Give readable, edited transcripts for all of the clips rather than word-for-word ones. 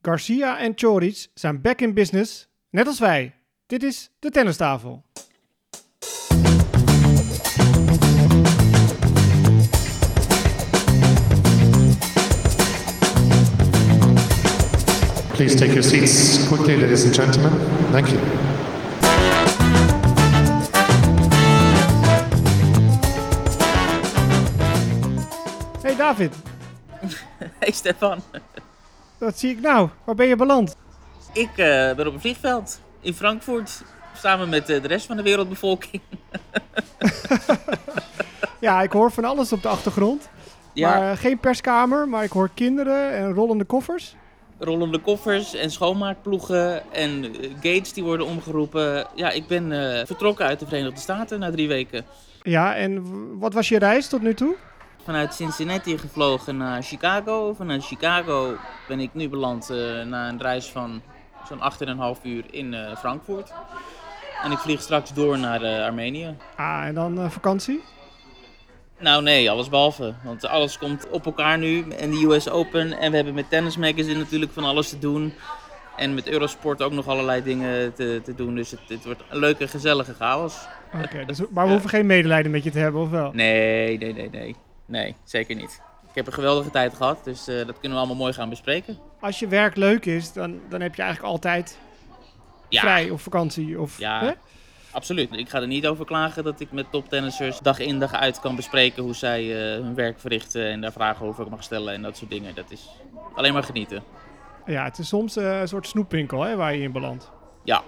Garcia en Coric zijn back in business, net als wij. Dit is de Tennistafel. Please take your seats quickly, ladies and gentlemen. Thank you. Hey David. Hey Stefan. Wat zie ik nou? Waar ben je beland? Ik ben op een vliegveld in Frankfurt. Samen met de rest van de wereldbevolking. Ja, ik hoor van alles op de achtergrond. Ja. Maar geen perskamer, maar ik hoor kinderen en rollende koffers. Rollende koffers en schoonmaakploegen en gates die worden omgeroepen. Ja, ik ben vertrokken uit de Verenigde Staten na 3 weken. Ja, en wat was je reis tot nu toe? Vanuit Cincinnati gevlogen naar Chicago. Vanuit Chicago ben ik nu beland na een reis van zo'n 8,5 uur in Frankfurt. En ik vlieg straks door naar Armenië. Ah, en dan vakantie? Nou nee, alles behalve. Want alles komt op elkaar nu. En de US Open. En we hebben met Tennis Magazine natuurlijk van alles te doen. En met Eurosport ook nog allerlei dingen te doen. Dus het wordt een leuke, gezellige chaos. Oké, dus, maar we hoeven geen medelijden met je te hebben, of wel? Nee, zeker niet. Ik heb een geweldige tijd gehad. Dus dat kunnen we allemaal mooi gaan bespreken. Als je werk leuk is, dan heb je eigenlijk altijd vrij of vakantie. Of, ja. Hè? Absoluut. Ik ga er niet over klagen dat ik met toptennissers dag in dag uit kan bespreken hoe zij hun werk verrichten en daar vragen over mag stellen en dat soort dingen. Dat is alleen maar genieten. Ja, het is soms een soort snoepwinkel hè, waar je in belandt. Ja.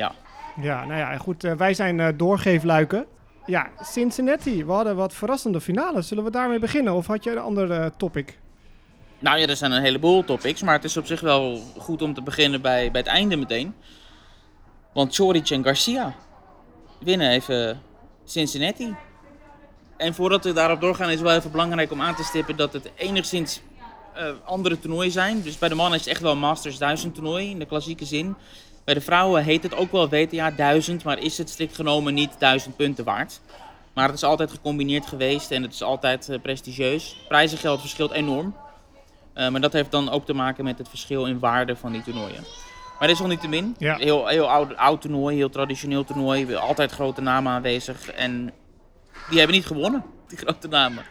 Ja, nou ja, goed. Wij zijn doorgeefluiken. Ja, Cincinnati. We hadden wat verrassende finales. Zullen we daarmee beginnen of had je een ander topic? Nou ja, er zijn een heleboel topics, maar het is op zich wel goed om te beginnen bij het einde meteen. Want Coric en Garcia winnen even Cincinnati. En voordat we daarop doorgaan is het wel even belangrijk om aan te stippen dat het enigszins andere toernooien zijn. Dus bij de mannen is het echt wel een Masters 1000 toernooi in de klassieke zin. Bij de vrouwen heet het ook wel WTA 1000, maar is het strikt genomen niet 1000 punten waard. Maar het is altijd gecombineerd geweest en het is altijd prestigieus. Prijzengeld verschilt enorm. Maar dat heeft dan ook te maken met het verschil in waarde van die toernooien. Maar desalniettemin, heel oud toernooi, heel traditioneel toernooi. Altijd grote namen aanwezig en die hebben niet gewonnen, die grote namen.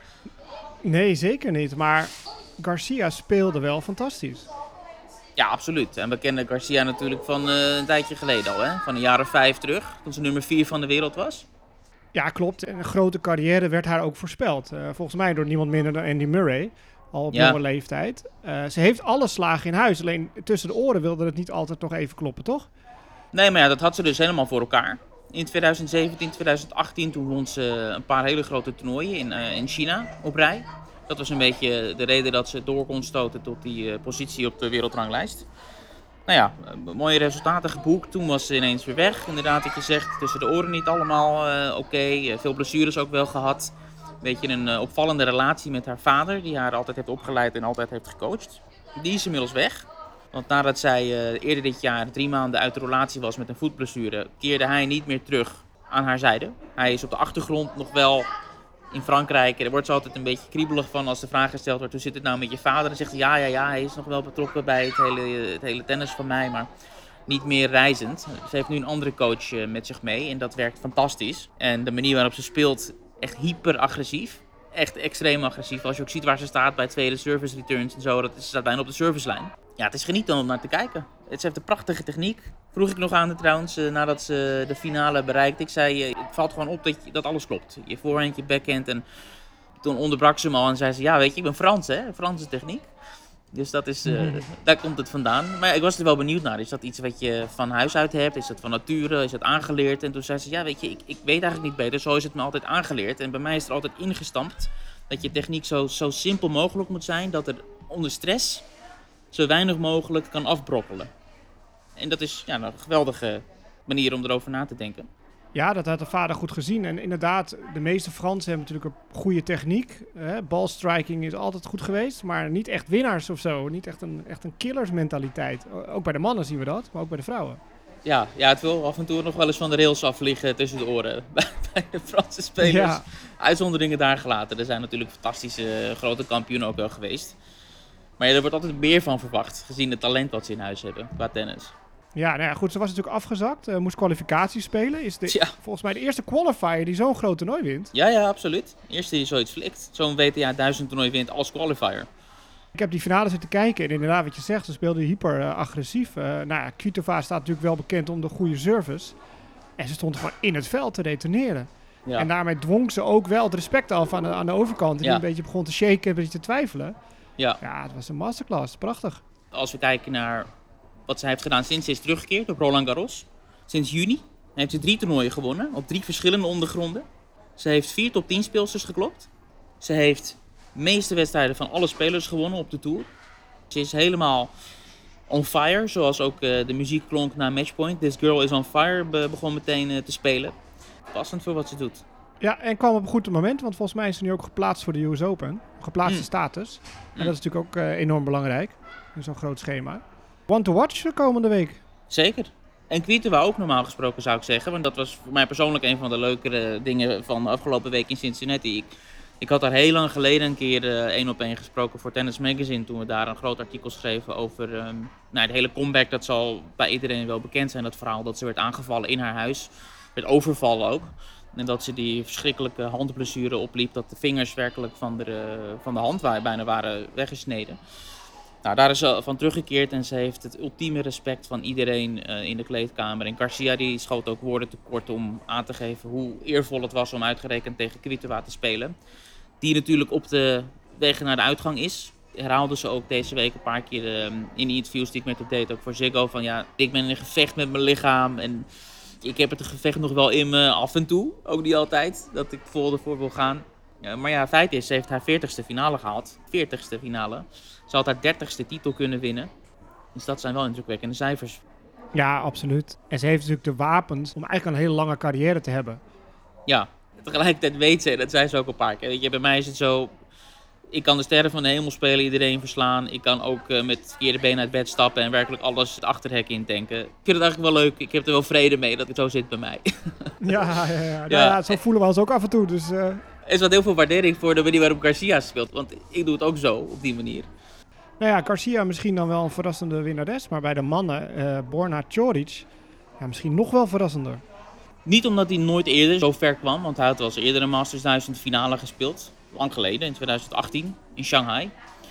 Nee, zeker niet. Maar Garcia speelde wel fantastisch. Ja, absoluut. En we kennen Garcia natuurlijk van een tijdje geleden al, hè? Van een jaar of 5 terug, toen ze nummer 4 van de wereld was. Ja, klopt. En een grote carrière werd haar ook voorspeld. Volgens mij door niemand minder dan Andy Murray. Al op jonge leeftijd. Ze heeft alle slagen in huis. Alleen tussen de oren wilde het niet altijd nog even kloppen, toch? Nee, maar ja, dat had ze dus helemaal voor elkaar. In 2017, 2018, toen won ze een paar hele grote toernooien in China op rij. Dat was een beetje de reden dat ze door kon stoten tot die positie op de wereldranglijst. Nou ja, mooie resultaten geboekt. Toen was ze ineens weer weg. Inderdaad, wat je zegt, tussen de oren niet allemaal oké. Veel blessures ook wel gehad. Beetje een opvallende relatie met haar vader, die haar altijd heeft opgeleid en altijd heeft gecoacht. Die is inmiddels weg. Want nadat zij eerder dit jaar 3 maanden uit de relatie was met een voetblessure, keerde hij niet meer terug aan haar zijde. Hij is op de achtergrond nog wel in Frankrijk. Er wordt ze altijd een beetje kriebelig van als de vraag gesteld wordt, hoe zit het nou met je vader? Dan zegt hij, ja, hij is nog wel betrokken bij het hele tennis van mij, maar niet meer reizend. Ze heeft nu een andere coach met zich mee en dat werkt fantastisch. En de manier waarop ze speelt, echt hyper agressief. Echt extreem agressief. Als je ook ziet waar ze staat bij tweede service returns en zo. Ze staat bijna op de servicelijn. Ja, het is genieten om naar te kijken. Ze heeft een prachtige techniek. Vroeg ik nog aan haar trouwens, nadat ze de finale bereikt. Ik zei, het valt gewoon op dat alles klopt. Je voorhand, je backhand. En toen onderbrak ze me al en zei ze, ja weet je, ik ben Frans hè. Franse techniek. Dus dat is, daar komt het vandaan. Maar ik was er wel benieuwd naar. Is dat iets wat je van huis uit hebt? Is dat van nature? Is dat aangeleerd? En toen zei ze, ja weet je, ik weet eigenlijk niet beter. Zo is het me altijd aangeleerd. En bij mij is er altijd ingestampt dat je techniek zo simpel mogelijk moet zijn. Dat er onder stress zo weinig mogelijk kan afbrokkelen. En dat is een geweldige manier om erover na te denken. Ja, dat had de vader goed gezien. En inderdaad, de meeste Fransen hebben natuurlijk een goede techniek. Ballstriking is altijd goed geweest, maar niet echt winnaars of zo. Niet echt een killersmentaliteit. Ook bij de mannen zien we dat, maar ook bij de vrouwen. Ja, het wil af en toe nog wel eens van de rails afvliegen tussen de oren bij de Franse spelers. Ja. Uitzonderingen daar gelaten. Er zijn natuurlijk fantastische grote kampioenen ook wel geweest. Maar ja, er wordt altijd meer van verwacht, gezien het talent wat ze in huis hebben qua tennis. Ja, nou ja, goed, ze was natuurlijk afgezakt. Moest kwalificaties spelen. Is Tja. volgens mij de eerste qualifier die zo'n groot toernooi wint. Ja, absoluut. Eerste die zoiets flikt. Zo'n WTA 1000 toernooi wint als qualifier. Ik heb die finale zitten kijken en inderdaad wat je zegt, ze speelde hyper agressief. Nou ja, Kvitova staat natuurlijk wel bekend om de goede service. En ze stond gewoon in het veld te retourneren. Ja. En daarmee dwong ze ook wel het respect af aan de overkant. Die Ja. een beetje begon te shaken, een beetje te twijfelen. Ja. Ja, het was een masterclass. Prachtig. Als we kijken naar wat zij heeft gedaan sinds ze is teruggekeerd op Roland Garros. Sinds juni heeft ze 3 toernooien gewonnen op 3 verschillende ondergronden. Ze heeft 4 top 10 speelsters geklopt. Ze heeft de meeste wedstrijden van alle spelers gewonnen op de Tour. Ze is helemaal on fire, zoals ook de muziek klonk na Matchpoint. This Girl is on Fire begon meteen te spelen. Passend voor wat ze doet. Ja, en kwam op een goed moment, want volgens mij is ze nu ook geplaatst voor de US Open. Geplaatste status. En dat is natuurlijk ook enorm belangrijk in zo'n groot schema. One to watch de komende week. Zeker. En Kvitova ook normaal gesproken zou ik zeggen. Want dat was voor mij persoonlijk een van de leukere dingen van de afgelopen week in Cincinnati. Ik had daar heel lang geleden een keer 1-op-1 gesproken voor Tennis Magazine. Toen we daar een groot artikel schreven over de hele comeback. Dat zal bij iedereen wel bekend zijn. Dat verhaal dat ze werd aangevallen in haar huis. Werd overvallen ook. En dat ze die verschrikkelijke handblessure opliep. Dat de vingers werkelijk van de hand bijna waren weggesneden. Nou, daar is ze van teruggekeerd en ze heeft het ultieme respect van iedereen in de kleedkamer. En Garcia die schoot ook woorden tekort om aan te geven hoe eervol het was om uitgerekend tegen Kvitova te spelen. Die natuurlijk op de weg naar de uitgang is. Herhaalde ze ook deze week een paar keer in die interviews die ik met haar deed, ook voor Ziggo. Van ja, ik ben in een gevecht met mijn lichaam en ik heb het gevecht nog wel in me af en toe. Ook niet altijd, dat ik vol ervoor wil gaan. Ja, maar ja, feit is, ze heeft haar 40ste finale gehaald. 40ste finale. Ze had haar 30ste titel kunnen winnen. Dus dat zijn wel indrukwekkende cijfers. Ja, absoluut. En ze heeft natuurlijk de wapens om eigenlijk een hele lange carrière te hebben. Ja, tegelijkertijd weet ze, dat zei ze ook een paar keer. Weet je, bij mij is het zo, ik kan de sterren van de hemel spelen, iedereen verslaan. Ik kan ook met het verkeerde been uit bed stappen en werkelijk alles het achterhek intanken. Ik vind het eigenlijk wel leuk. Ik heb er wel vrede mee dat het zo zit bij mij. Ja. Ja, zo voelen we ons ook af en toe. Dus, Er is wat heel veel waardering voor de manier waarop Garcia speelt. Want ik doe het ook zo, op die manier. Nou ja, Garcia misschien dan wel een verrassende winnares. Maar bij de mannen, Borna Coric, ja, misschien nog wel verrassender. Niet omdat hij nooit eerder zo ver kwam. Want hij had wel eens eerder een Masters 1000 finale gespeeld. Lang geleden, in 2018, in Shanghai.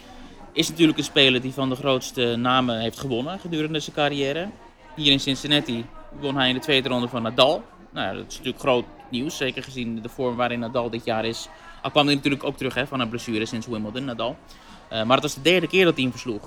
Is natuurlijk een speler die van de grootste namen heeft gewonnen gedurende zijn carrière. Hier in Cincinnati won hij in de tweede ronde van Nadal. Nou ja, dat is natuurlijk groot nieuws. Zeker gezien de vorm waarin Nadal dit jaar is. Al kwam hij natuurlijk ook terug van een blessure sinds Wimbledon, Nadal. Maar het was de derde keer dat hij hem versloeg.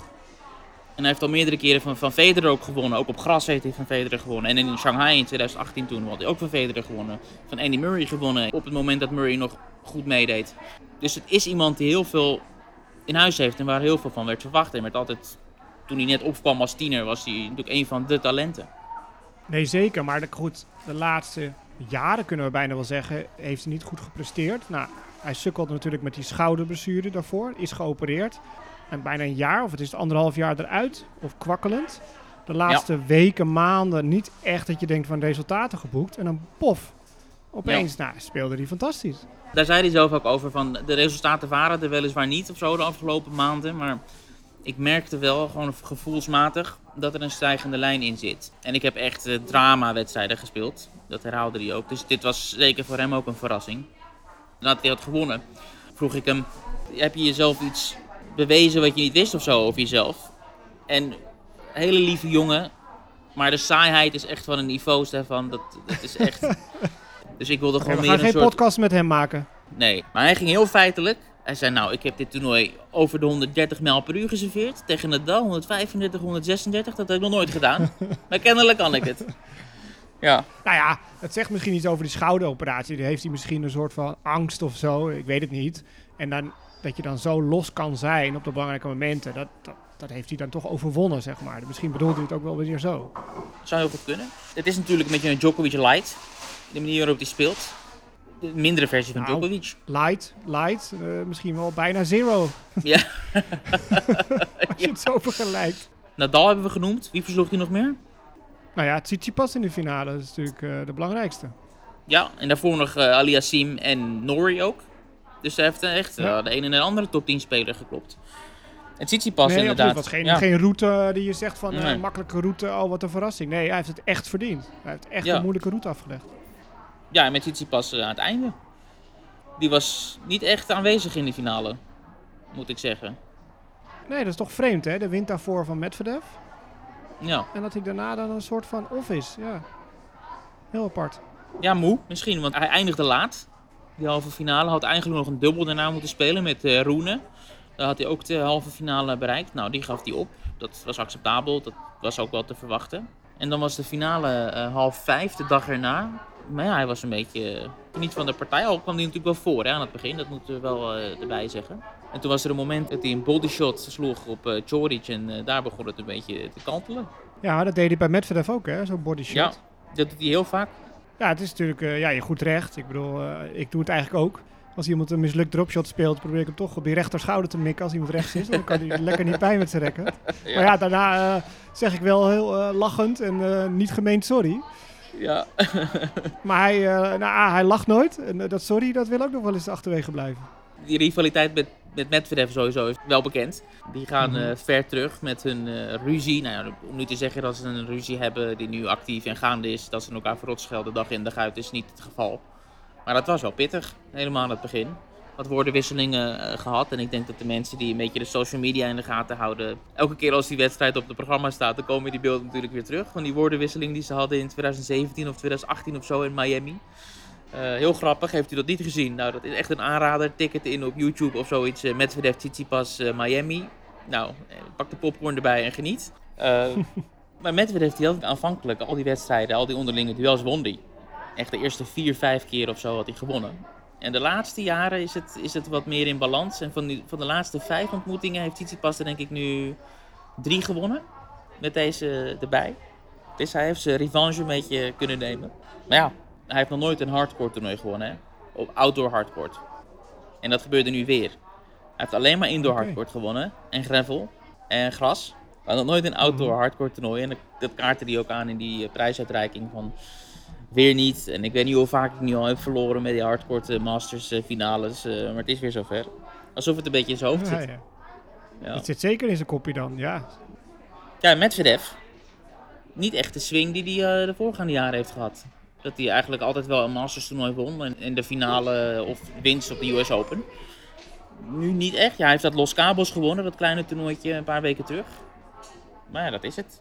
En hij heeft al meerdere keren van Federer ook gewonnen. Ook op gras heeft hij van Federer gewonnen. En in Shanghai in 2018 toen had hij ook van Federer gewonnen. Van Andy Murray gewonnen op het moment dat Murray nog goed meedeed. Dus het is iemand die heel veel in huis heeft en waar heel veel van werd verwacht. En werd altijd, toen hij net opkwam als tiener, was hij natuurlijk een van de talenten. Nee, zeker. Maar de laatste jaren, kunnen we bijna wel zeggen, heeft hij niet goed gepresteerd. Nou, hij sukkelde natuurlijk met die schouderblessure daarvoor. Is geopereerd. En bijna een jaar, of het is 1,5 jaar eruit. Of kwakkelend. De laatste weken, maanden niet echt dat je denkt van resultaten geboekt. En dan pof. Opeens speelde hij fantastisch. Daar zei hij zelf ook over van de resultaten waren er weliswaar niet of zo de afgelopen maanden. Maar ik merkte wel gewoon gevoelsmatig dat er een stijgende lijn in zit. En ik heb echt drama-wedstrijden gespeeld. Dat herhaalde hij ook. Dus dit was zeker voor hem ook een verrassing. Nadat hij had gewonnen, vroeg ik hem, heb je jezelf iets bewezen wat je niet wist of zo over jezelf? En een hele lieve jongen, maar de saaiheid is echt van een niveau, Stefan. Dat is echt... Dus ik wilde gewoon we gaan geen podcast met hem maken. Nee, maar hij ging heel feitelijk. Hij zei, nou, ik heb dit toernooi over de 130 mijl per uur geserveerd. Tegen Nadal 135, 136. Dat heb ik nog nooit gedaan. Maar kennelijk kan ik het. Ja. Nou ja, het zegt misschien iets over die schouderoperatie. Heeft hij misschien een soort van angst of zo. Ik weet het niet. En dan, dat je dan zo los kan zijn op de belangrijke momenten. Dat heeft hij dan toch overwonnen, zeg maar. Misschien bedoelt hij het ook wel weer zo. Zou heel goed kunnen. Het is natuurlijk een beetje een Djokovic light. De manier waarop hij speelt. De mindere versie van Djokovic. Light. Misschien wel bijna zero. Ja. Als je het zo vergelijkt. Nadal hebben we genoemd. Wie versloeg hij nog meer? Nou ja, Tsitsipas in de finale. Dat is natuurlijk de belangrijkste. Ja, en daarvoor nog Aliassime en Norrie ook. Dus hij heeft echt de een en de andere top 10 speler geklopt. En Tsitsipas Nee, inderdaad. absoluut. Het was geen route die je zegt van Nee. makkelijke route, oh wat een verrassing. Nee, hij heeft het echt verdiend. Hij heeft echt Ja. een moeilijke route afgelegd. Ja, en met Tsitsipas aan het einde. Die was niet echt aanwezig in de finale, moet ik zeggen. Nee, dat is toch vreemd hè, de wint daarvoor van Medvedev. Ja, En dat hij daarna dan een soort van off is. Ja, heel apart. ja moe misschien, want hij eindigde laat. Die halve finale had eigenlijk nog een dubbel daarna moeten spelen met Rune. Daar had hij ook de halve finale bereikt. Nou, die gaf hij op. Dat was acceptabel, dat was ook wel te verwachten. En dan was de finale 4:30 de dag erna. Maar ja, hij was een beetje niet van de partij. Al kwam hij natuurlijk wel voor hè, aan het begin, dat moeten we wel erbij zeggen. En toen was er een moment dat hij een bodyshot sloeg op Djoric en daar begon het een beetje te kantelen. Ja, dat deed hij bij Medvedev ook hè, zo'n body shot. Ja, dat doet hij heel vaak. Ja, het is natuurlijk je goed recht. Ik bedoel, ik doe het eigenlijk ook. Als iemand een mislukt dropshot speelt, probeer ik hem toch op die rechterschouder te mikken als iemand rechts is. Dan kan hij lekker niet bij met zijn racket. Ja. Maar ja, daarna zeg ik wel heel lachend en niet gemeend sorry. Ja. Maar hij lacht nooit. En dat sorry, dat wil ook nog wel eens achterwege blijven. Die rivaliteit met Medvedev sowieso is wel bekend. Die gaan ver terug met hun ruzie. Nou ja, om nu te zeggen dat ze een ruzie hebben die nu actief en gaande is, dat ze elkaar verrot schelden dag in dag uit, is niet het geval. Maar dat was wel pittig, helemaal aan het begin. Wat woordenwisselingen gehad. En ik denk dat de mensen die een beetje de social media in de gaten houden, elke keer als die wedstrijd op het programma staat, dan komen die beelden natuurlijk weer terug. Van die woordenwisseling die ze hadden in 2017 of 2018 of zo in Miami. Heel grappig, heeft u dat niet gezien? Nou, dat is echt een aanrader. Tik het in op YouTube of zoiets. Medvedev, Tsitsipas, Miami. Nou, pak de popcorn erbij en geniet. Maar Medvedev die had aanvankelijk al die wedstrijden, al die onderlinge duels won die. Echt de eerste 4-5 keer of zo had hij gewonnen. En de laatste jaren is het wat meer in balans. En van de laatste 5 ontmoetingen heeft Tsitsipas er denk ik nu 3 gewonnen. Met deze erbij. Dus hij heeft zijn revanche een beetje kunnen nemen. Maar ja, hij heeft nog nooit een hardcore toernooi gewonnen. Hè? Op outdoor hardcore. En dat gebeurde nu weer. Hij heeft alleen maar indoor hardcore gewonnen. En gravel. En gras. Maar nog nooit een outdoor hardcore toernooi. En dat kaartte hij ook aan in die prijsuitreiking van weer niet. En ik weet niet hoe vaak ik nu al heb verloren met die hardcore masters finales. Maar het is weer zover. Alsof het een beetje in zijn hoofd zit. Ja. Ja. Het zit zeker in zijn kopje dan, ja. Ja, Medvedev. Niet echt de swing die hij de voorgaande jaren heeft gehad. Dat hij eigenlijk altijd wel een Masters toernooi won. En de finale of winst op de US Open. Nu niet echt. Ja, hij heeft dat Los Cabos gewonnen. Dat kleine toernooitje een paar weken terug. Maar ja, dat is het.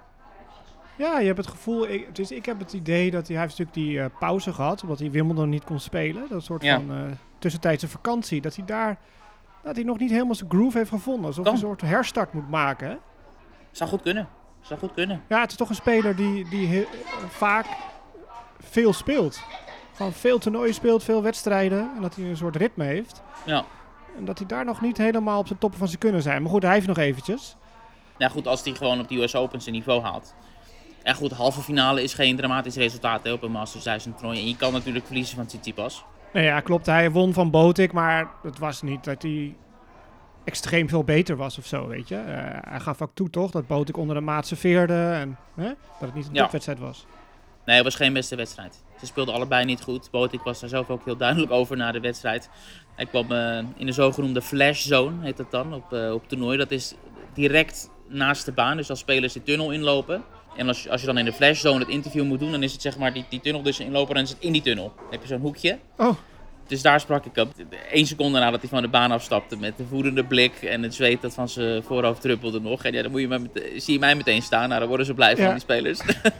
Ja, je hebt het gevoel, ik heb het idee dat hij heeft natuurlijk die pauze gehad, omdat hij Wimbledon niet kon spelen. Dat soort van tussentijdse vakantie. Dat hij nog niet helemaal zijn groove heeft gevonden. Alsof hij een soort herstart moet maken. Hè? Zou goed kunnen. Ja, het is toch een speler die vaak veel speelt. Gewoon veel toernooien speelt, veel wedstrijden. En dat hij een soort ritme heeft. Ja. En dat hij daar nog niet helemaal op zijn toppen van zijn kunnen zijn. Maar goed, hij heeft nog eventjes. Nou goed, als hij gewoon op de US Open zijn niveau haalt. En goed, halve finale is geen dramatisch resultaat op een Masters 1000 toernooi. En je kan natuurlijk verliezen van Tsitsipas. Nee, ja, klopt. Hij won van Botic, maar het was niet dat hij extreem veel beter was of zo, weet je. Hij gaf ook toe, toch, dat Botic onder de maat serveerde en dat het niet een topwedstrijd was. Nee, het was geen beste wedstrijd. Ze speelden allebei niet goed. Botic was daar zelf ook heel duidelijk over na de wedstrijd. Hij kwam in de zogenoemde flash zone, heet dat dan, op toernooi. Dat is direct naast de baan, dus als spelers de tunnel inlopen. En als je dan in de flash zone het interview moet doen, dan is het zeg maar die tunnel dus inlopen en is het in die tunnel. Dan heb je zo'n hoekje. Oh. Dus daar sprak ik op. 1 seconde nadat hij van de baan afstapte met de voedende blik en het zweet dat van zijn voorhoofd druppelde nog. En ja, dan zie je mij meteen staan. Nou, dan worden ze blij van die spelers.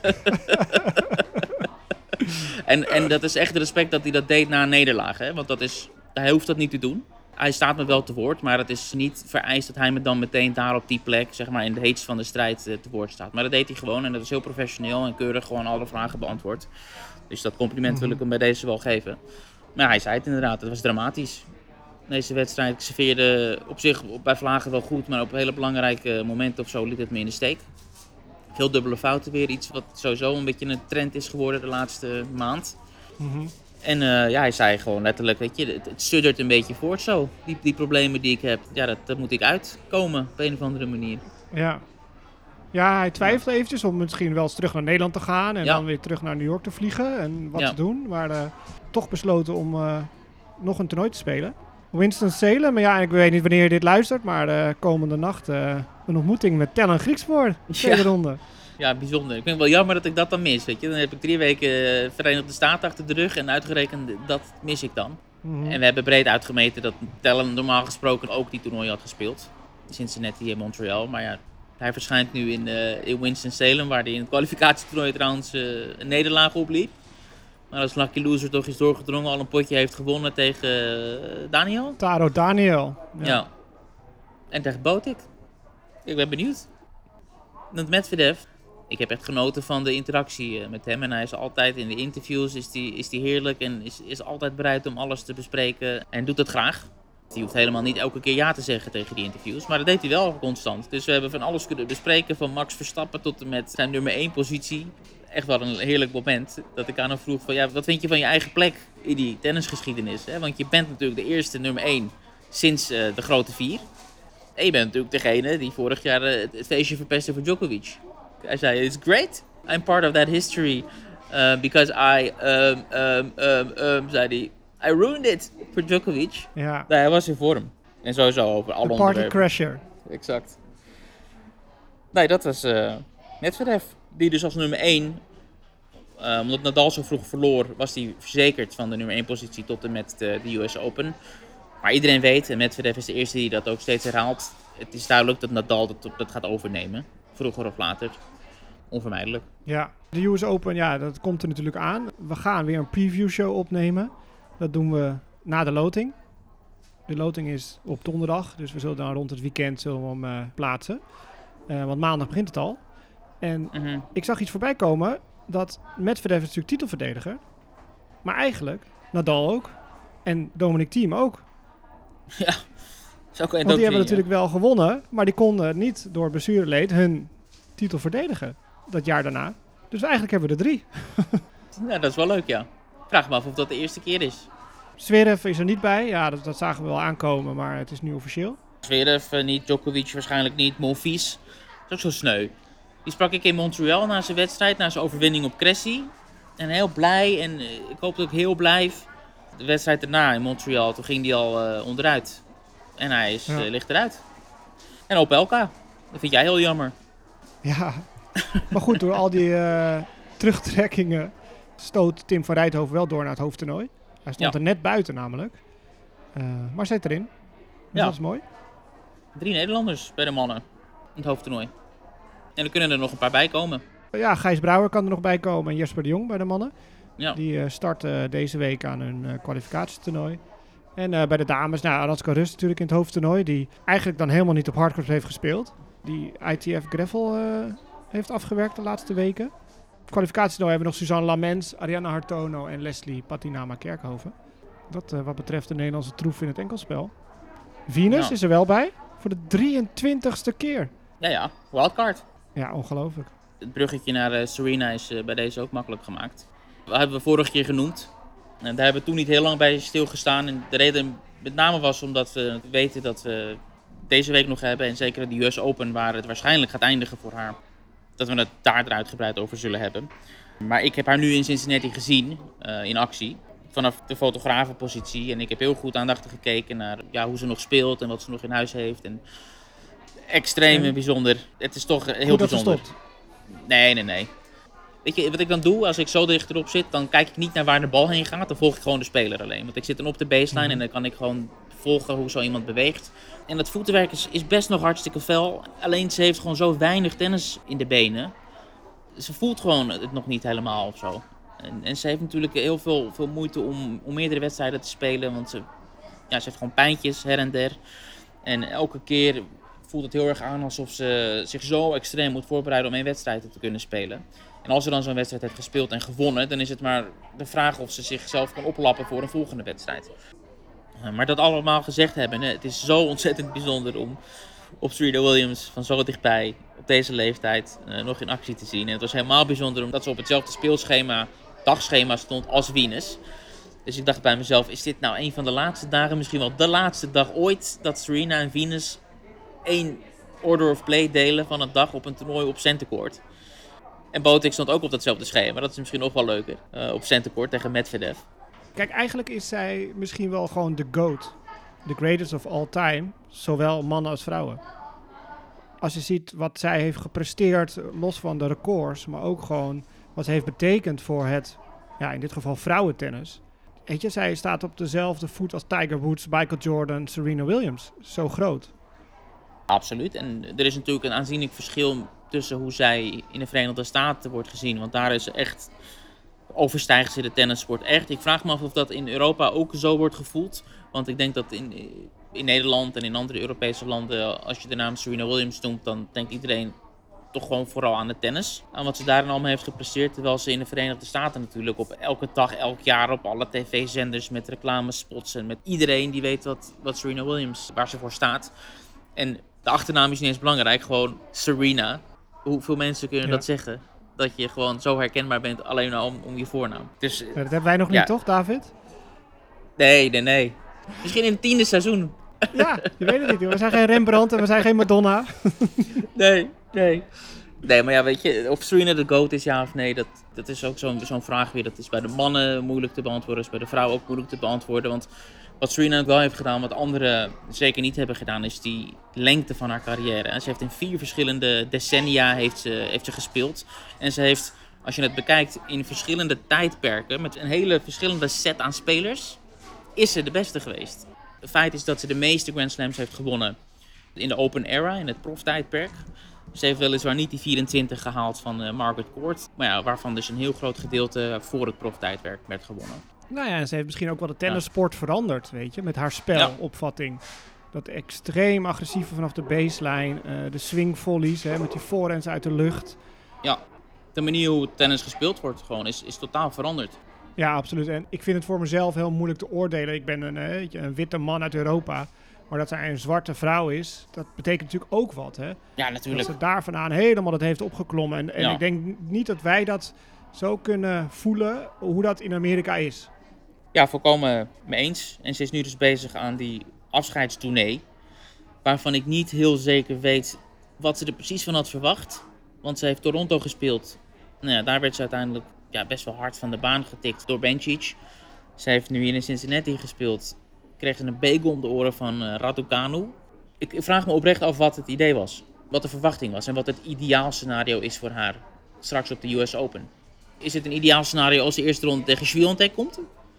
en dat is echt respect dat hij dat deed na een nederlaag. Hè? Want hij hoeft dat niet te doen. Hij staat me wel te woord, maar het is niet vereist dat hij me dan meteen daar op die plek, zeg maar in de heetst van de strijd, te woord staat. Maar dat deed hij gewoon en dat is heel professioneel en keurig gewoon alle vragen beantwoord. Dus dat compliment wil ik hem bij deze wel geven. Maar hij zei het inderdaad, het was dramatisch. Deze wedstrijd serveerde op zich bij vlagen wel goed, maar op hele belangrijke momenten of zo liet het me in de steek. Veel dubbele fouten weer, iets wat sowieso een beetje een trend is geworden de laatste maand. En hij zei gewoon letterlijk, weet je, het suddert een beetje voort zo. Die problemen die ik heb, ja, dat moet ik uitkomen op een of andere manier. Ja, hij twijfelde eventjes om misschien wel eens terug naar Nederland te gaan en dan weer terug naar New York te vliegen en wat te doen. Maar toch besloten om nog een toernooi te spelen. Winston-Salem. Maar ja, ik weet niet wanneer je dit luistert, maar komende nacht een ontmoeting met Tellen Griekspoor. Tweede ronde. Ja, bijzonder. Ik vind het wel jammer dat ik dat dan mis, weet je. Dan heb ik 3 weken Verenigde Staten achter de rug en uitgerekend dat mis ik dan. En we hebben breed uitgemeten dat Tellen normaal gesproken ook die toernooi had gespeeld. Cincinnati en Montreal. Maar ja, hij verschijnt nu in Winston-Salem, waar hij in het kwalificatietoernooi trouwens een nederlaag opliep. Maar als lucky loser toch is doorgedrongen, al een potje heeft gewonnen tegen Daniel. Taro Daniel. Ja. En tegen Botic. Ik ben benieuwd. Met Medvedev. Ik heb echt genoten van de interactie met hem. En hij is altijd in de interviews is die heerlijk en is altijd bereid om alles te bespreken. En doet het graag. Hij hoeft helemaal niet elke keer ja te zeggen tegen die interviews. Maar dat deed hij wel constant. Dus we hebben van alles kunnen bespreken. Van Max Verstappen tot en met zijn nummer 1 positie. Echt wel een heerlijk moment. Dat ik aan hem vroeg van ja, wat vind je van je eigen plek in die tennisgeschiedenis? Hè? Want je bent natuurlijk de eerste nummer 1 sinds de grote 4. En je bent natuurlijk degene die vorig jaar het feestje verpestte voor Djokovic. Hij zei, it's great. I'm part of that history. Because zei hij, I ruined it for Djokovic. Ja. Nee, hij was in vorm. En sowieso over alle onderwerpen. Party crasher. Exact. Nee, dat was Medvedev. Die dus als nummer 1, omdat Nadal zo vroeg verloor, was hij verzekerd van de nummer 1 positie tot en met de US Open. Maar iedereen weet, en Medvedev is de eerste die dat ook steeds herhaalt, het is duidelijk dat Nadal dat gaat overnemen. Vroeger of later. Onvermijdelijk. Ja, de US Open, ja, dat komt er natuurlijk aan. We gaan weer een preview show opnemen. Dat doen we na de loting. De loting is op donderdag, dus we zullen dan rond het weekend zullen we hem plaatsen. Want maandag begint het al. En ik zag iets voorbij komen dat Medvedev is natuurlijk titelverdediger. Maar eigenlijk Nadal ook. En Dominic Thiem ook. Ja, zo kan je want die hebben natuurlijk wel gewonnen, maar die konden niet door blessureleed hun titel verdedigen dat jaar daarna. Dus eigenlijk hebben we er 3. Ja, dat is wel leuk, ja. Vraag me af of dat de eerste keer is. Zverev is er niet bij. Ja, dat zagen we wel aankomen, maar het is nu officieel. Zverev niet, Djokovic waarschijnlijk niet, Monfils. Dat is ook zo sneu. Die sprak ik in Montreal na zijn wedstrijd, na zijn overwinning op Cressy. En heel blij, en ik hoop dat ik heel blijf. De wedstrijd daarna in Montreal, toen ging hij al onderuit. En hij ligt eruit. En op elkaar. Dat vind jij heel jammer. Ja, maar goed, door al die terugtrekkingen stoot Tim van Rijthoven wel door naar het hoofdtoernooi. Hij stond er net buiten namelijk. Maar zit erin. Dus dat is mooi. 3 Nederlanders bij de mannen in het hoofdtoernooi. En er kunnen er nog een paar bij komen. Ja, Gijs Brouwer kan er nog bij komen en Jesper de Jong bij de mannen. Ja. Die starten deze week aan hun kwalificatietoernooi. En bij de dames, Aranska Rus natuurlijk in het hoofdtoernooi. Die eigenlijk dan helemaal niet op hardcourt heeft gespeeld. Die ITF Greffel heeft afgewerkt de laatste weken. Kwalificatietoernooi hebben we nog Suzanne Lamens, Arianna Hartono en Leslie Patinama Kerkhoven. Dat wat betreft de Nederlandse troef in het enkelspel. Venus is er wel bij voor de 23ste keer. Ja, wildcard. Ja, ongelooflijk. Het bruggetje naar Serena is bij deze ook makkelijk gemaakt. Dat hebben we vorige keer genoemd. En daar hebben we toen niet heel lang bij stilgestaan. En de reden met name was omdat we weten dat we deze week nog hebben. En zeker de US Open, waar het waarschijnlijk gaat eindigen voor haar. Dat we het daar uitgebreid over zullen hebben. Maar ik heb haar nu in Cincinnati gezien, in actie. Vanaf de fotografenpositie. En ik heb heel goed aandachtig gekeken naar hoe ze nog speelt en wat ze nog in huis heeft. En extreem en bijzonder. Het is toch heel bijzonder. Nee. Weet je, wat ik dan doe, als ik zo dicht erop zit, dan kijk ik niet naar waar de bal heen gaat. Dan volg ik gewoon de speler alleen. Want ik zit dan op de baseline en dan kan ik gewoon volgen hoe zo iemand beweegt. En dat voetenwerk is best nog hartstikke fel. Alleen ze heeft gewoon zo weinig tennis in de benen. Ze voelt gewoon het nog niet helemaal of zo. En ze heeft natuurlijk heel veel moeite om meerdere wedstrijden te spelen. Want ze heeft gewoon pijntjes her en der. En elke keer voelt het heel erg aan alsof ze zich zo extreem moet voorbereiden om 1 wedstrijd te kunnen spelen. En als ze dan zo'n wedstrijd heeft gespeeld en gewonnen, dan is het maar de vraag of ze zichzelf kan oplappen voor een volgende wedstrijd. Maar dat allemaal gezegd hebben, het is zo ontzettend bijzonder om op Serena Williams van zo dichtbij, op deze leeftijd, nog in actie te zien. En het was helemaal bijzonder omdat ze op hetzelfde speelschema, dagschema stond als Venus. Dus ik dacht bij mezelf, is dit nou een van de laatste dagen, misschien wel de laatste dag ooit, dat Serena en Venus 1 order of play delen van een dag op een toernooi op centercourt. En Botic stond ook op datzelfde schema, dat is misschien nog wel leuker, op centercourt tegen Medvedev. Kijk, eigenlijk is zij misschien wel gewoon de GOAT the greatest of all time, zowel mannen als vrouwen. Als je ziet wat zij heeft gepresteerd, los van de records, maar ook gewoon wat ze heeft betekend voor het, in dit geval vrouwentennis. Weet je, zij staat op dezelfde voet als Tiger Woods, Michael Jordan, Serena Williams. Zo groot. Absoluut. En er is natuurlijk een aanzienlijk verschil tussen hoe zij in de Verenigde Staten wordt gezien. Want daar is echt, overstijgt ze de tennissport echt. Ik vraag me af of dat in Europa ook zo wordt gevoeld. Want ik denk dat in Nederland en in andere Europese landen, als je de naam Serena Williams noemt, dan denkt iedereen toch gewoon vooral aan de tennis. Aan wat ze daarin allemaal heeft gepresteerd. Terwijl ze in de Verenigde Staten natuurlijk op elke dag, elk jaar op alle tv-zenders met reclamespots en met iedereen die weet wat Serena Williams, waar ze voor staat. En de achternaam is niet eens belangrijk, gewoon Serena. Hoeveel mensen kunnen dat zeggen? Dat je gewoon zo herkenbaar bent alleen al om je voornaam. Dus, dat hebben wij nog niet, toch, David? Nee. Misschien in het 10e seizoen. Ja, je weet het niet. We zijn geen Rembrandt en we zijn geen Madonna. Nee, maar ja, weet je, of Serena de GOAT is ja of nee, dat is ook zo'n vraag weer. Dat is bij de mannen moeilijk te beantwoorden, is bij de vrouwen ook moeilijk te beantwoorden. Want wat Serena ook wel heeft gedaan, wat anderen zeker niet hebben gedaan, is die lengte van haar carrière. En ze heeft in 4 verschillende decennia heeft ze gespeeld. En ze heeft, als je het bekijkt, in verschillende tijdperken, met een hele verschillende set aan spelers, is ze de beste geweest. Het feit is dat ze de meeste Grand Slams heeft gewonnen in de Open Era, in het proftijdperk. Ze heeft weliswaar niet die 24 gehaald van Margaret Court, maar ja, waarvan dus een heel groot gedeelte voor het proftijdperk werd gewonnen. Nou ja, en ze heeft misschien ook wel de tennissport veranderd, weet je, met haar spelopvatting. Dat extreem agressieve vanaf de baseline, de swingvolleys, met die forehands uit de lucht. Ja, de manier hoe tennis gespeeld wordt gewoon is totaal veranderd. Ja, absoluut. En ik vind het voor mezelf heel moeilijk te oordelen. Ik ben een witte man uit Europa. Maar dat zij een zwarte vrouw is, dat betekent natuurlijk ook wat. Hè? Ja, natuurlijk. Dat ze daar vandaan helemaal dat heeft opgeklommen. En ik denk niet dat wij dat zo kunnen voelen hoe dat in Amerika is. Ja, volkomen mee eens. En ze is nu dus bezig aan die afscheidstournee. Waarvan ik niet heel zeker weet wat ze er precies van had verwacht. Want ze heeft Toronto gespeeld. Nou ja, daar werd ze uiteindelijk best wel hard van de baan getikt door Bencic. Ze heeft nu hier in Cincinnati gespeeld. Kreeg ze een bagel om de oren van Raducanu. Ik vraag me oprecht af wat het idee was. Wat de verwachting was en wat het ideaalscenario is voor haar straks op de US Open. Is het een ideaal scenario als de eerste ronde tegen Swiatek komt?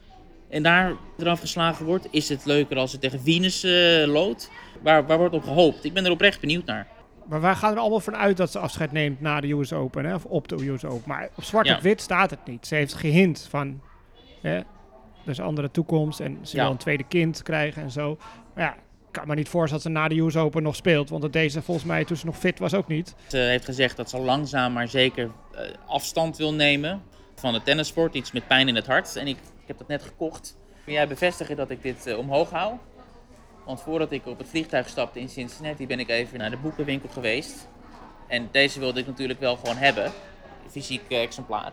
En daar eraf geslagen wordt? Is het leuker als het tegen Venus loodt? Waar wordt op gehoopt? Ik ben er oprecht benieuwd naar. Maar wij gaan er allemaal van uit dat ze afscheid neemt na de US Open, hè? Of op de US Open. Maar op zwart op wit staat het niet. Ze heeft gehint van, er is een andere toekomst en ze wil een tweede kind krijgen en zo. Maar ja, ik kan me niet voorstellen dat ze na de US Open nog speelt. Want dat deze volgens mij toen ze nog fit was ook niet. Ze heeft gezegd dat ze langzaam maar zeker afstand wil nemen van de tennissport. Iets met pijn in het hart. En ik heb dat net gekocht. Kun jij bevestigen dat ik dit omhoog hou? Want voordat ik op het vliegtuig stapte in Cincinnati ben ik even naar de boekenwinkel geweest. En deze wilde ik natuurlijk wel gewoon hebben. Fysiek exemplaar.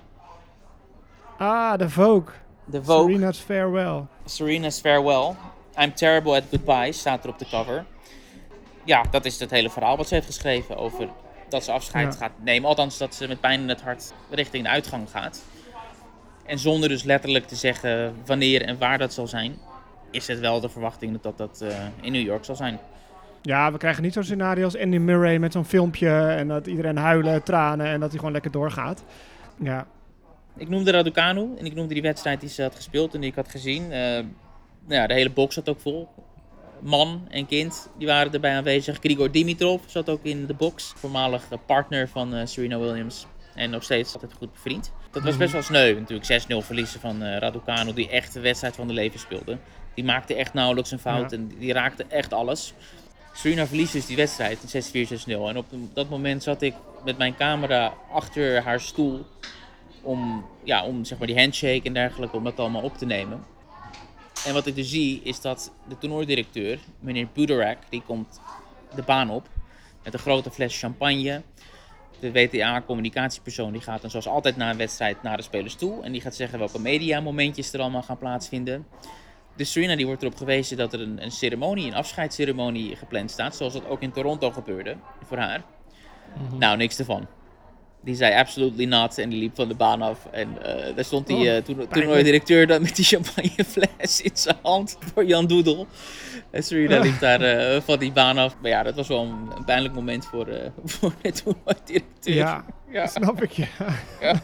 Ah, de Vogue. De Vogue. Serena's Farewell. Serena's Farewell. I'm terrible at goodbyes staat er op de cover. Ja, dat is het hele verhaal wat ze heeft geschreven over dat ze afscheid gaat nemen. Althans dat ze met pijn in het hart richting de uitgang gaat. En zonder dus letterlijk te zeggen wanneer en waar dat zal zijn, is het wel de verwachting dat in New York zal zijn. Ja, we krijgen niet zo'n scenario als Andy Murray met zo'n filmpje en dat iedereen huilen, tranen en dat hij gewoon lekker doorgaat. Ja. Ik noemde Raducanu en ik noemde die wedstrijd die ze had gespeeld en die ik had gezien. De hele box zat ook vol. Man en kind, die waren erbij aanwezig. Grigor Dimitrov zat ook in de box. Voormalig partner van Serena Williams. En nog steeds altijd goed bevriend. Dat was best wel sneu natuurlijk. 6-0 verliezen van Raducanu, die echt de wedstrijd van de leven speelde. Die maakte echt nauwelijks een fout en die raakte echt alles. Serena verliest dus die wedstrijd in 6-4, 6-0. En op dat moment zat ik met mijn camera achter haar stoel om zeg maar die handshake en dergelijke, om dat allemaal op te nemen. En wat ik dus zie is dat de toernooidirecteur, meneer Budorak, die komt de baan op met een grote fles champagne. De WTA-communicatiepersoon die gaat dan zoals altijd na een wedstrijd naar de spelers toe. En die gaat zeggen welke mediamomentjes er allemaal gaan plaatsvinden. Dus Serena die wordt erop gewezen dat er een ceremonie, een afscheidsceremonie gepland staat. Zoals dat ook in Toronto gebeurde voor haar. Nou, niks ervan. Die zei absolutely not en die liep van de baan af. En daar stond die toernooidirecteur dan met die champagnefles in zijn hand voor Jan Doedel. En Serena liep daar van die baan af. Maar ja, dat was wel een pijnlijk moment voor de toernooidirecteur. Ja, snap ik je. Ja.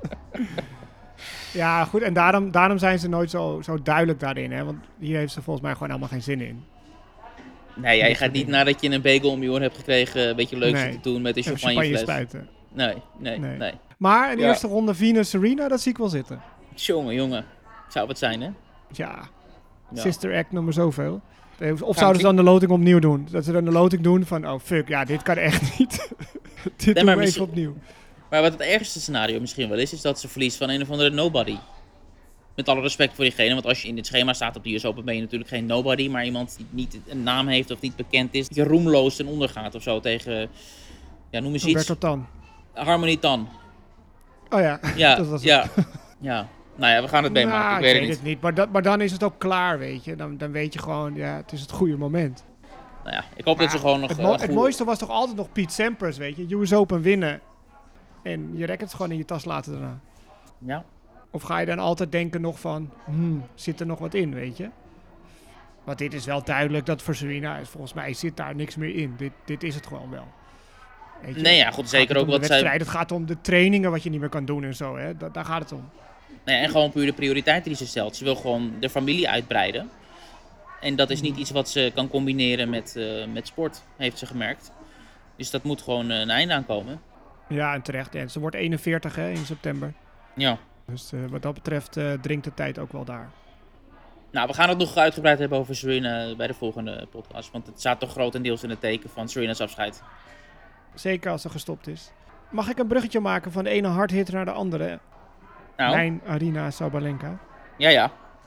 Ja, goed. En daarom zijn ze nooit zo duidelijk daarin. Hè? Want hier heeft ze volgens mij gewoon helemaal geen zin in. Nee, je gaat niet nadat je een bagel om je oor hebt gekregen... een beetje leuk zitten doen met een champagnefles. Spuiten. Nee. Maar in de eerste ronde Venus-Serena, dat zie ik wel zitten. Jongen. Zou het zijn, hè? Ja. Sister Act nummer zoveel. Of Ja, zouden ze dan de loting opnieuw doen? Dat ze dan de loting doen van... Oh, fuck, ja, dit kan echt niet. Dit doen we even opnieuw. Maar wat het ergste scenario misschien wel is dat ze verliest van een of andere nobody. Met alle respect voor diegene, want als je in dit schema staat op de US Open ben je natuurlijk geen nobody, maar iemand die niet een naam heeft of niet bekend is, die roemloos ten onder gaat of zo tegen, ja, noem eens iets. Tan. Harmony Tan. Oh ja, ja, dat was ja, het. Ja. Nou ja, we gaan het meemaken, ik weet het niet. Maar dan is het ook klaar, weet je. Dan weet je gewoon, ja, het is het goede moment. Nou ja, ik hoop dat ze gewoon nog... Het mooiste was toch altijd nog Pete Sampras, weet je. US Open winnen. En je rackets gewoon in je tas laten daarna. Ja. Of ga je dan altijd denken nog van... zit er nog wat in, weet je? Want dit is wel duidelijk dat voor Serena... Volgens mij zit daar niks meer in. Dit is het gewoon wel. Weet je? Nee, ja, goed, zeker ook wat zij... Het gaat om de trainingen wat je niet meer kan doen en zo, hè. Daar gaat het om. Nee, en gewoon puur de prioriteiten die ze stelt. Ze wil gewoon de familie uitbreiden. En dat is niet iets wat ze kan combineren met sport, heeft ze gemerkt. Dus dat moet gewoon een einde aankomen. Ja, en terecht. En ze wordt 41 hè, in september. Ja. Dus wat dat betreft dringt de tijd ook wel daar. Nou, we gaan het nog uitgebreid hebben over Serena bij de volgende podcast. Want het staat toch grotendeels in het teken van Serena's afscheid. Zeker als ze gestopt is. Mag ik een bruggetje maken van de ene hardhitter naar de andere? Nou. Mijn Aryna Sabalenka. Ja.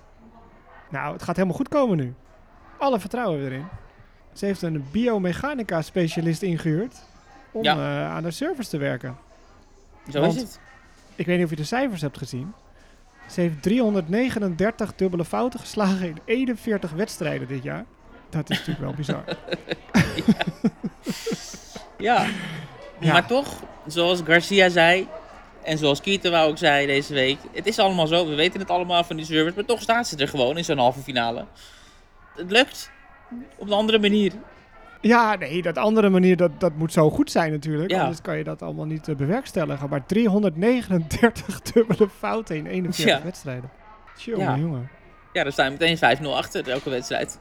Nou, het gaat helemaal goed komen nu. Alle vertrouwen erin. Ze heeft een biomechanica specialist ingehuurd om aan de service te werken. Zo is het. Ik weet niet of je de cijfers hebt gezien. Ze heeft 339 dubbele fouten geslagen in 41 wedstrijden dit jaar. Dat is natuurlijk wel bizar. Ja. Maar toch, zoals Garcia zei... En zoals Kvitova ook zei deze week... Het is allemaal zo, we weten het allemaal van die service... Maar toch staat ze er gewoon in zo'n halve finale. Het lukt. Op een andere manier. Ja, nee, dat andere manier, dat moet zo goed zijn natuurlijk. Ja. Anders kan je dat allemaal niet bewerkstelligen. Maar 339 dubbele fouten in 41 wedstrijden. Jongen. Ja, daar sta je meteen 5-0 achter elke wedstrijd.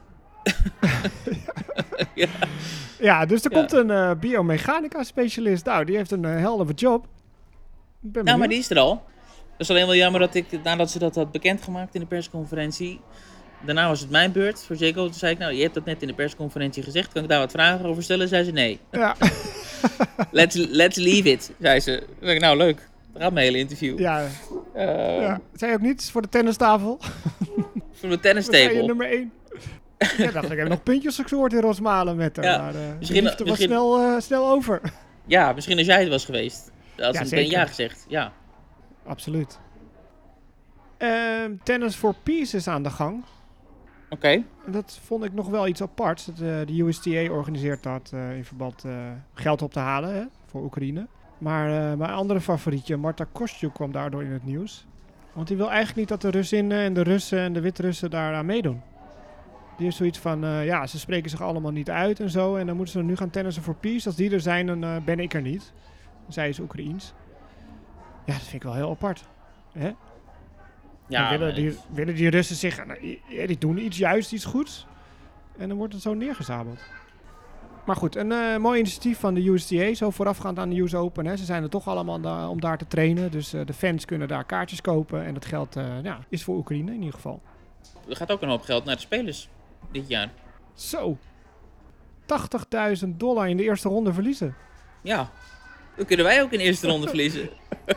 Ja, dus er komt een biomechanica specialist. Nou, die heeft een hell of a job. Nou, maar die is er al. Dat is alleen wel jammer dat nadat ze dat had bekendgemaakt in de persconferentie... Daarna was het mijn beurt voor Ziggo. Toen zei ik, nou, je hebt dat net in de persconferentie gezegd. Kan ik daar wat vragen over stellen? Zei ze, nee. Ja. Let's leave it, zei ze. Toen zei ik, nou, leuk. Dat gaat mijn hele interview. Ja. Zei je ook niets voor de tennistafel? Voor de tennistafel. Zei je nummer 1? Ja, dacht ik heb nog puntjes gescoord in Rosmalen met haar. Ja, maar de was snel over. Ja, misschien als jij het was geweest. Had ze meteen ja gezegd. Ja. Absoluut. Tennis for Peace is aan de gang. Oké. Dat vond ik nog wel iets apart. De USTA organiseert dat in verband geld op te halen hè, voor Oekraïne. Maar mijn andere favorietje, Marta Kostyuk, kwam daardoor in het nieuws. Want die wil eigenlijk niet dat de Russinnen en de Russen en de Wit-Russen daaraan meedoen. Die heeft zoiets van, ze spreken zich allemaal niet uit en zo. En dan moeten ze nu gaan tennissen for peace. Als die er zijn, dan ben ik er niet. Zij is Oekraïens. Ja, dat vind ik wel heel apart. Hè? Ja, willen die Russen zich... die doen iets goeds. En dan wordt het zo neergezabeld. Maar goed, een mooi initiatief van de USTA. Zo voorafgaand aan de US Open. Hè. Ze zijn er toch allemaal om daar te trainen. Dus de fans kunnen daar kaartjes kopen. En dat geld is voor Oekraïne in ieder geval. Er gaat ook een hoop geld naar de spelers dit jaar. Zo. $80.000 in de eerste ronde verliezen. Ja. Dan kunnen wij ook in de eerste ronde verliezen.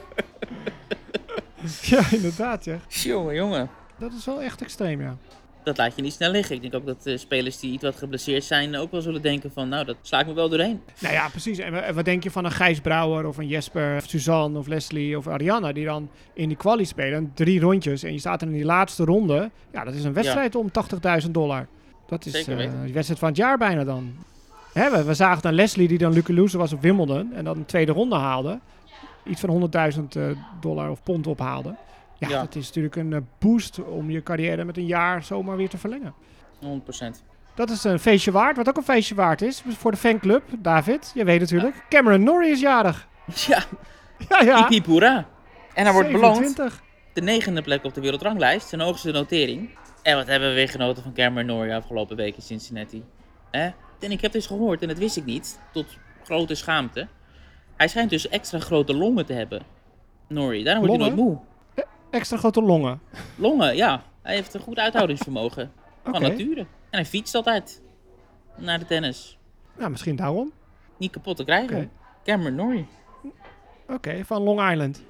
Ja, inderdaad, ja. Jongen. Dat is wel echt extreem, ja. Dat laat je niet snel liggen. Ik denk ook dat spelers die iets wat geblesseerd zijn ook wel zullen denken van, nou, dat sla ik me wel doorheen. Nou ja, precies. En wat denk je van een Gijs Brouwer of een Jesper of Suzanne of Leslie of Arianna die dan in die quali spelen, 3 rondjes en je staat er in die laatste ronde. Ja, dat is een wedstrijd om $80.000. Dat is die wedstrijd van het jaar bijna dan. Hè, we zagen dan Leslie die dan Luke Loese was op Wimbledon en dan een tweede ronde haalde. iets van $100.000 of pond ophaalde. Ja, Ja. dat is natuurlijk een boost om je carrière met een jaar zomaar weer te verlengen. 100%. Dat is een feestje waard. Wat ook een feestje waard is voor de fanclub. David, je weet natuurlijk. Cameron Norrie is jarig. Ja, Ja. hiep hiep hoera. En hij wordt beloond 27. de 9e plek op de wereldranglijst, zijn hoogste notering. En wat hebben we weer genoten van Cameron Norrie afgelopen week in Cincinnati. En ik heb dus gehoord, en dat wist ik niet, tot grote schaamte. Hij schijnt dus extra grote longen te hebben, Norrie. Daarom wordt hij nooit moe. Extra grote longen. Longen, ja. Hij heeft een goed uithoudingsvermogen. Van Oké. nature. En hij fietst altijd naar de tennis. Nou, misschien daarom. Niet kapot te krijgen. Oké. Cameron Norrie. Oké, van Long Island.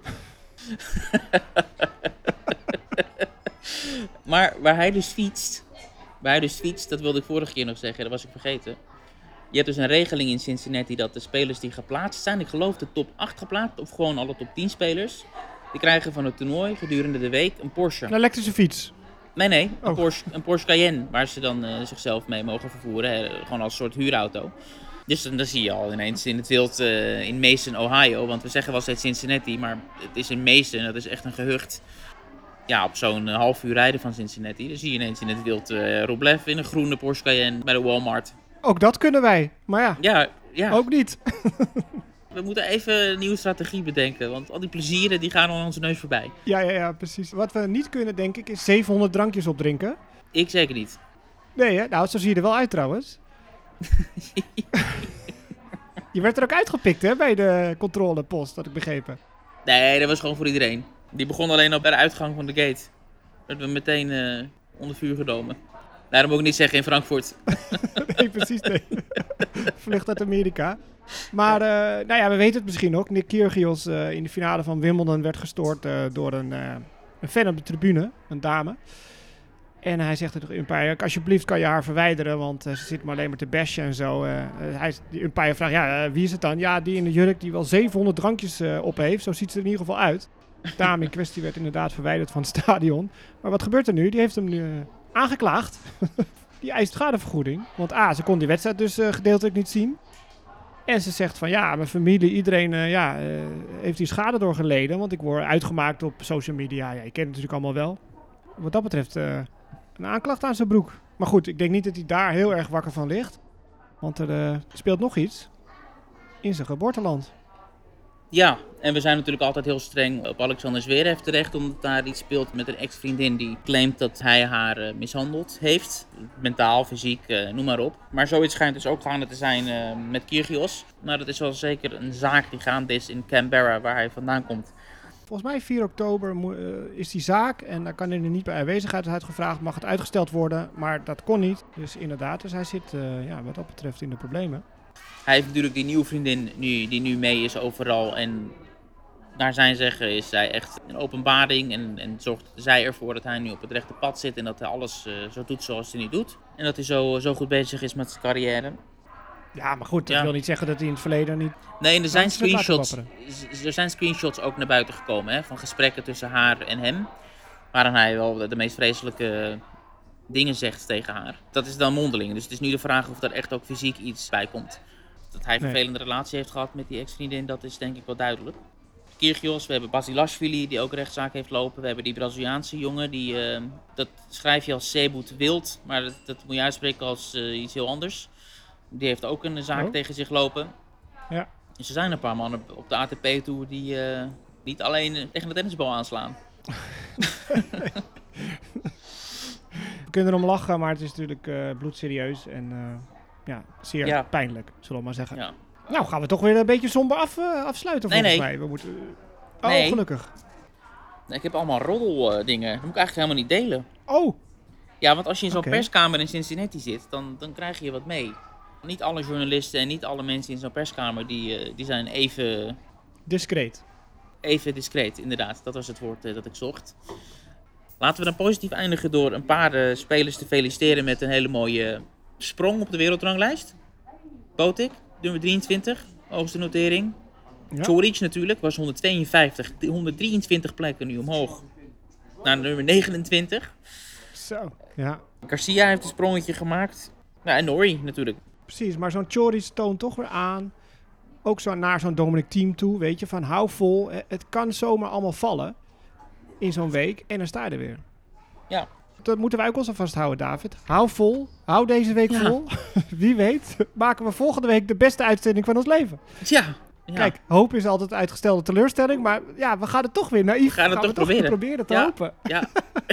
Maar waar hij dus fietst, dat wilde ik vorige keer nog zeggen, dat was ik vergeten. Je hebt dus een regeling in Cincinnati dat de spelers die geplaatst zijn, ik geloof de top 8 geplaatst, of gewoon alle top 10 spelers, die krijgen van het toernooi gedurende de week een Porsche. Een elektrische fiets. Nee, Oh. een Porsche Cayenne, waar ze dan zichzelf mee mogen vervoeren, hè, gewoon als soort huurauto. Dus dan zie je al ineens in het wild in Mason, Ohio, want we zeggen wel steeds Cincinnati, maar het is in Mason, dat is echt een gehucht. Ja, op zo'n half uur rijden van Cincinnati. Dan zie je ineens in het wild Roblev in een groene Porsche Cayenne bij de Walmart. Ook dat kunnen wij. Maar Ja, ook niet. we moeten even een nieuwe strategie bedenken, want al die plezieren die gaan aan onze neus voorbij. Ja, precies. Wat we niet kunnen, denk ik, is 700 drankjes opdrinken. Ik zeker niet. Nee, hè? Nou, zo zie je er wel uit trouwens. Je werd er ook uitgepikt, hè, bij de controlepost, had ik begrepen. Nee, dat was gewoon voor iedereen. Die begon alleen al bij de uitgang van de gate. Werden we meteen onder vuur genomen. Daarom moet ik niet zeggen in Frankfurt. Nee, precies, nee. Vlucht uit Amerika. Maar, nou ja, we weten het misschien ook. Nick Kyrgios in de finale van Wimbledon werd gestoord door een fan op de tribune, een dame. En hij zegt tegen Umpire, alsjeblieft kan je haar verwijderen, want ze zit maar alleen maar te bashen en zo. Die Umpire vraagt, wie is het dan? Ja, die in de jurk die wel 700 drankjes op heeft. Zo ziet ze er in ieder geval uit. De dame in kwestie werd inderdaad verwijderd van het stadion. Maar wat gebeurt er nu? Die heeft hem nu aangeklaagd. Die eist schadevergoeding. Want ze kon die wedstrijd dus gedeeltelijk niet zien. En ze zegt van mijn familie, iedereen heeft hier schade door geleden. Want ik word uitgemaakt op social media. Ja, je kent het natuurlijk allemaal wel. Wat dat betreft een aanklacht aan zijn broek. Maar goed, ik denk niet dat hij daar heel erg wakker van ligt. Want er speelt nog iets in zijn geboorteland. Ja, en we zijn natuurlijk altijd heel streng op Alexander Zverev terecht, omdat daar iets speelt met een ex-vriendin die claimt dat hij haar mishandeld heeft. Mentaal, fysiek, noem maar op. Maar zoiets schijnt dus ook gaande te zijn met Kyrgios. Maar dat is wel zeker een zaak die gaande is in Canberra, waar hij vandaan komt. Volgens mij 4 oktober is die zaak en daar kan hij er niet bij aanwezigheid uitgevraagd. Mag het uitgesteld worden, maar dat kon niet. Dus inderdaad, hij zit wat dat betreft in de problemen. Hij heeft natuurlijk die nieuwe vriendin die nu mee is overal. En naar zijn zeggen is zij echt een openbaring. En zorgt zij ervoor dat hij nu op het rechte pad zit. En dat hij alles zo doet zoals hij nu doet. En dat hij zo goed bezig is met zijn carrière. Ja, maar goed, dat wil niet zeggen dat hij in het verleden niet... Nee, er zijn ze het laten screenshots. wapperen. Er zijn screenshots ook naar buiten gekomen, hè, van gesprekken tussen haar en hem. Waarin hij wel de meest vreselijke dingen zegt tegen haar. Dat is dan mondeling. Dus het is nu de vraag of er echt ook fysiek iets bij komt. Dat hij een vervelende relatie heeft gehad met die ex-vriendin, dat is denk ik wel duidelijk. Kyrgios, we hebben Basilashvili die ook rechtszaak heeft lopen. We hebben die Braziliaanse jongen, dat schrijf je als Sebut Wild, maar dat moet je uitspreken als iets heel anders. Die heeft ook een zaak tegen zich lopen. Ja. Dus er zijn een paar mannen op de ATP-tour die niet alleen tegen de tennisbal aanslaan. We kunnen erom lachen, maar het is natuurlijk bloedserieus en zeer pijnlijk, zullen we maar zeggen. Ja. Nou, gaan we toch weer een beetje somber afsluiten volgens mij. We moeten... Nee. Gelukkig. Ik heb allemaal roddeldingen. Dat moet ik eigenlijk helemaal niet delen. Oh! Ja, want als je in zo'n perskamer in Cincinnati zit, dan krijg je wat mee. Niet alle journalisten en niet alle mensen in zo'n perskamer die zijn even... Discreet. Even discreet, inderdaad. Dat was het woord dat ik zocht. Laten we dan positief eindigen door een paar spelers te feliciteren met een hele mooie sprong op de wereldranglijst. Botic, nummer 23, hoogste notering. Ja. Coric natuurlijk, was 123 plekken nu omhoog naar nummer 29. Zo, ja. Garcia heeft een sprongetje gemaakt. Nou, en Norrie natuurlijk. Precies, maar zo'n Coric toont toch weer aan ook zo naar zo'n Dominic Thiem toe, weet je, van hou vol. Het kan zomaar allemaal vallen in zo'n week en dan sta je er weer. Ja. Dat moeten wij ook ons aan vasthouden, David. Hou vol. Hou deze week vol. Wie weet maken we volgende week de beste uitzending van ons leven. Ja. Kijk, hoop is altijd uitgestelde teleurstelling. Maar ja, we gaan het toch weer naïef. We gaan het toch proberen te hopen. Ja.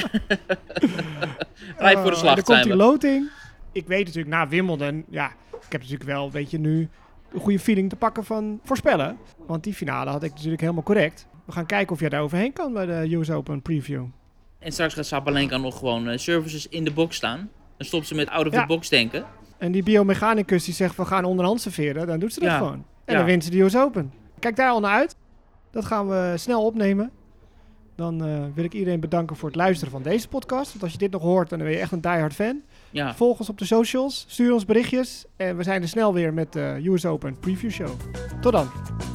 Rijp voor de slag. Dan komt die loting. Ik weet natuurlijk na Wimbledon... Ja, ik heb natuurlijk wel, weet je, nu een goede feeling te pakken van voorspellen. Want die finale had ik natuurlijk helemaal correct. We gaan kijken of jij daar overheen kan bij de US Open preview. En straks gaat Sabalenka nog gewoon services in de box staan. Dan stopt ze met out of the box denken. En die biomechanicus die zegt we gaan onderhand serveren, dan doet ze dat gewoon. En dan wint ze de US Open. Kijk daar al naar uit. Dat gaan we snel opnemen. Dan wil ik iedereen bedanken voor het luisteren van deze podcast. Want als je dit nog hoort, dan ben je echt een diehard fan. Ja. Volg ons op de socials, stuur ons berichtjes. En we zijn er snel weer met de US Open Preview Show. Tot dan.